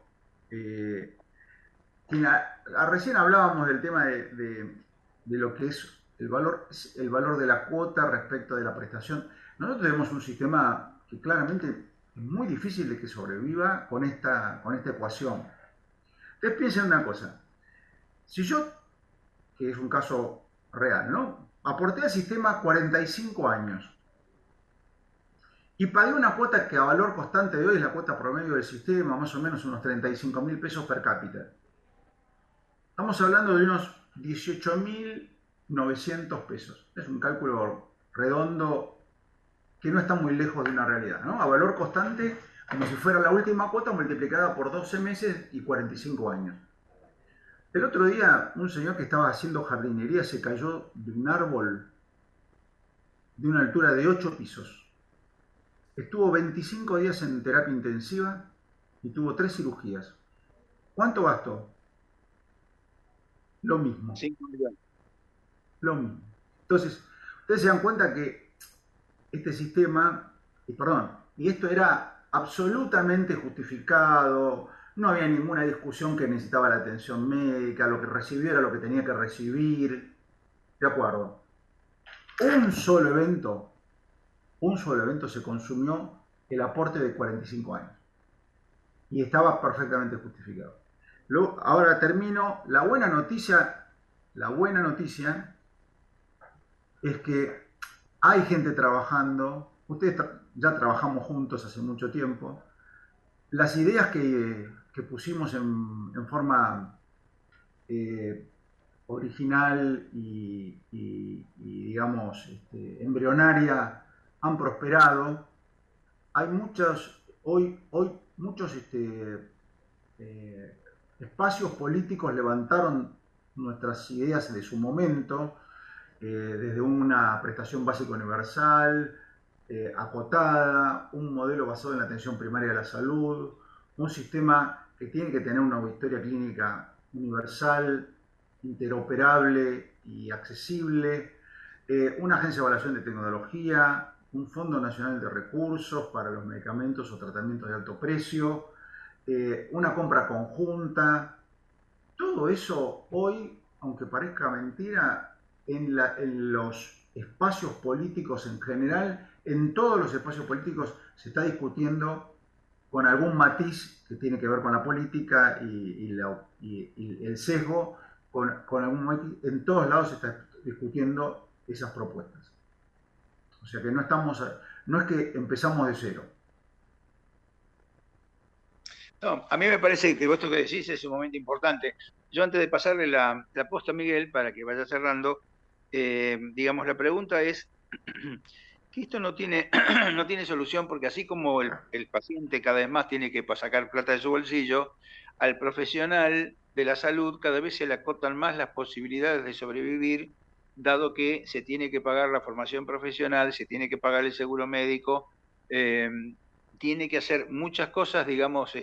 Recién hablábamos del tema de lo que es el valor de la cuota respecto de la prestación. Nosotros tenemos un sistema que claramente es muy difícil de que sobreviva con esta ecuación. Ustedes piensen una cosa. Si yo, que es un caso real, ¿no?, aporté al sistema 45 años y pagué una cuota que a valor constante de hoy es la cuota promedio del sistema, más o menos unos 35.000 pesos per cápita. Estamos hablando de unos 18.900 pesos. Es un cálculo redondo que no está muy lejos de una realidad, ¿no? A valor constante, como si fuera la última cuota multiplicada por 12 meses y 45 años. El otro día, un señor que estaba haciendo jardinería se cayó de un árbol de una altura de 8 pisos. Estuvo 25 días en terapia intensiva y tuvo 3 cirugías. ¿Cuánto gastó? lo mismo. 5 millones. Lo mismo. Entonces, ustedes se dan cuenta que este sistema, y esto era absolutamente justificado, no había ninguna discusión que necesitaba la atención médica, lo que recibió era lo que tenía que recibir, de acuerdo. Un solo evento se consumió el aporte de 45 años y estaba perfectamente justificado. Ahora termino. La buena noticia es que hay gente trabajando. Ustedes ya trabajamos juntos hace mucho tiempo. Las ideas que pusimos en forma original y digamos, embrionaria han prosperado. Hay hoy muchos espacios políticos levantaron nuestras ideas de su momento, desde una prestación básica universal, acotada, un modelo basado en la atención primaria de la salud, un sistema que tiene que tener una historia clínica universal, interoperable y accesible, una agencia de evaluación de tecnología, un Fondo Nacional de Recursos para los medicamentos o tratamientos de alto precio, una compra conjunta. Todo eso hoy, aunque parezca mentira, en los espacios políticos en general, en todos los espacios políticos se está discutiendo con algún matiz que tiene que ver con la política y el sesgo, con algún matiz. En todos lados se está discutiendo esas propuestas. O sea que no es que empezamos de cero. No, a mí me parece que esto que decís es un momento importante. Yo antes de pasarle la posta a Miguel para que vaya cerrando, digamos, la pregunta es que esto no tiene solución, porque así como el paciente cada vez más tiene que sacar plata de su bolsillo, al profesional de la salud cada vez se le acotan más las posibilidades de sobrevivir, dado que se tiene que pagar la formación profesional, se tiene que pagar el seguro médico, tiene que hacer muchas cosas, digamos,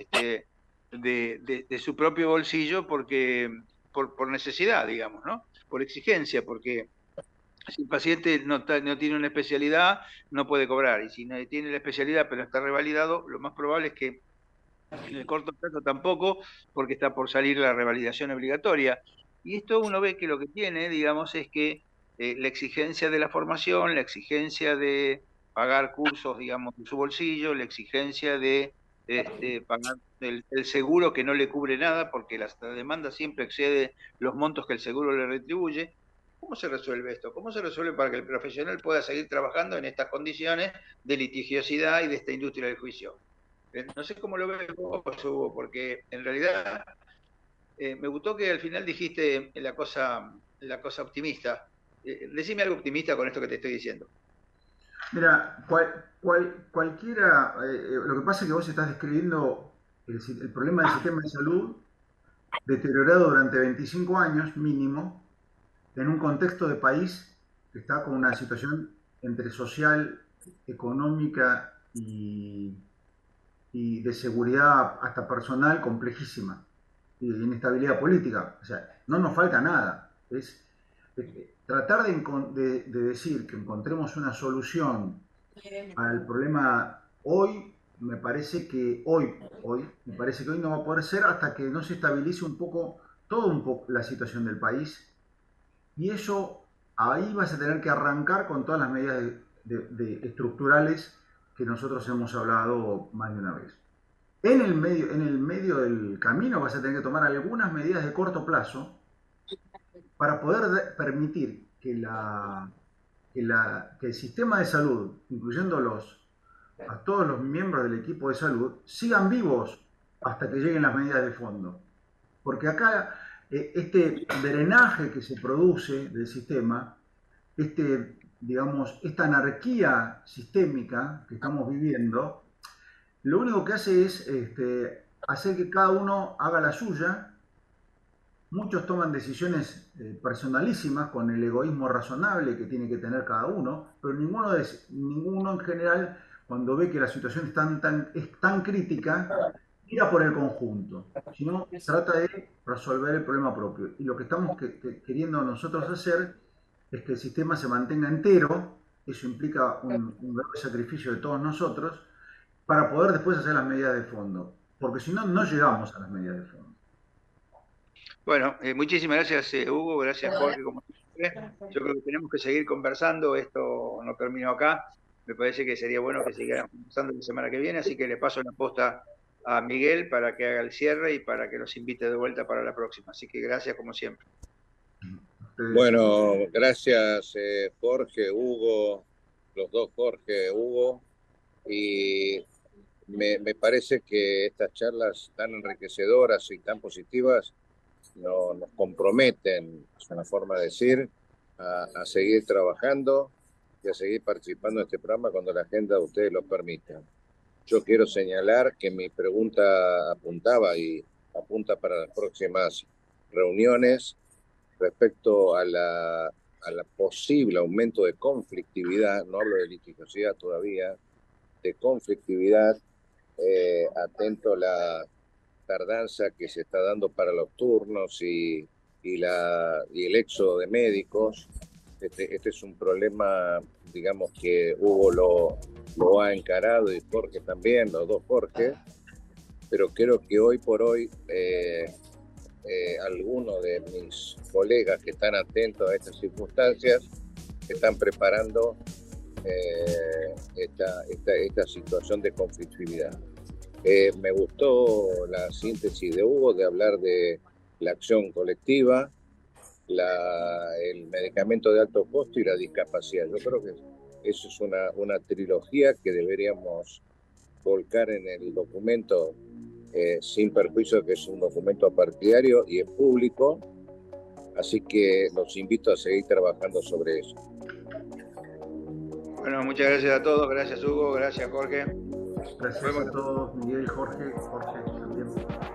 de su propio bolsillo, porque por necesidad, digamos, ¿no? Por exigencia, porque si el paciente no tiene una especialidad, no puede cobrar, y si no tiene la especialidad pero está revalidado, lo más probable es que en el corto plazo tampoco, porque está por salir la revalidación obligatoria. Y esto uno ve que lo que tiene, digamos, es que la exigencia de la formación, la exigencia de pagar cursos, digamos, de su bolsillo, la exigencia de pagar el seguro que no le cubre nada, porque la demanda siempre excede los montos que el seguro le retribuye. ¿Cómo se resuelve esto? ¿Cómo se resuelve para que el profesional pueda seguir trabajando en estas condiciones de litigiosidad y de esta industria del juicio? No sé cómo lo ves vos, Hugo, porque en realidad me gustó que al final dijiste la cosa optimista. Decime algo optimista con esto que te estoy diciendo. Mira, cualquiera, lo que pasa es que vos estás describiendo el problema del sistema de salud deteriorado durante 25 años mínimo, en un contexto de país que está con una situación entre social, económica y de seguridad hasta personal complejísima, y de inestabilidad política. O sea, no nos falta nada. Es tratar de decir que encontremos una solución al problema hoy. Me parece que hoy no va a poder ser hasta que no se estabilice un poco la situación del país, y eso ahí vas a tener que arrancar con todas las medidas estructurales que nosotros hemos hablado más de una vez. En el medio del camino vas a tener que tomar algunas medidas de corto plazo para poder permitir que el sistema de salud, incluyendo a todos los miembros del equipo de salud, sigan vivos hasta que lleguen las medidas de fondo. Porque acá este drenaje que se produce del sistema, esta anarquía sistémica que estamos viviendo, lo único que hace es hacer que cada uno haga la suya. Muchos toman decisiones personalísimas con el egoísmo razonable que tiene que tener cada uno, pero ninguno en general, cuando ve que la situación es tan crítica, mira por el conjunto, sino trata de resolver el problema propio. Y lo que estamos queriendo nosotros hacer es que el sistema se mantenga entero. Eso implica un grave sacrificio de todos nosotros para poder después hacer las medidas de fondo, porque si no, no llegamos a las medidas de fondo. Bueno, muchísimas gracias Hugo, gracias Jorge, como siempre. Yo creo que tenemos que seguir conversando, esto no terminó acá, me parece que sería bueno que siguiéramos conversando la semana que viene, así que le paso la posta a Miguel para que haga el cierre y para que nos invite de vuelta para la próxima, así que gracias como siempre. Bueno, gracias Jorge, Hugo, los dos Jorge, Hugo, y me parece que estas charlas tan enriquecedoras y tan positivas nos comprometen, es una forma de decir, a seguir trabajando y a seguir participando en este programa cuando la agenda de ustedes lo permita. Yo quiero señalar que mi pregunta apuntaba y apunta para las próximas reuniones respecto a la posible aumento de conflictividad, no hablo de litigiosidad todavía, de conflictividad, atento a la tardanza que se está dando para los turnos y el éxodo de médicos. Este es un problema, digamos, que Hugo lo ha encarado y Jorge también, los dos Jorge, pero creo que hoy por hoy algunos de mis colegas que están atentos a estas circunstancias están preparando esta situación de conflictividad. Me gustó la síntesis de Hugo de hablar de la acción colectiva, el medicamento de alto costo y la discapacidad. Yo creo que eso es una trilogía que deberíamos volcar en el documento, sin perjuicio de que es un documento partidario y es público, así que los invito a seguir trabajando sobre eso. Bueno, muchas gracias a todos, gracias Hugo, gracias Jorge. Gracias a todos, Miguel, Jorge también.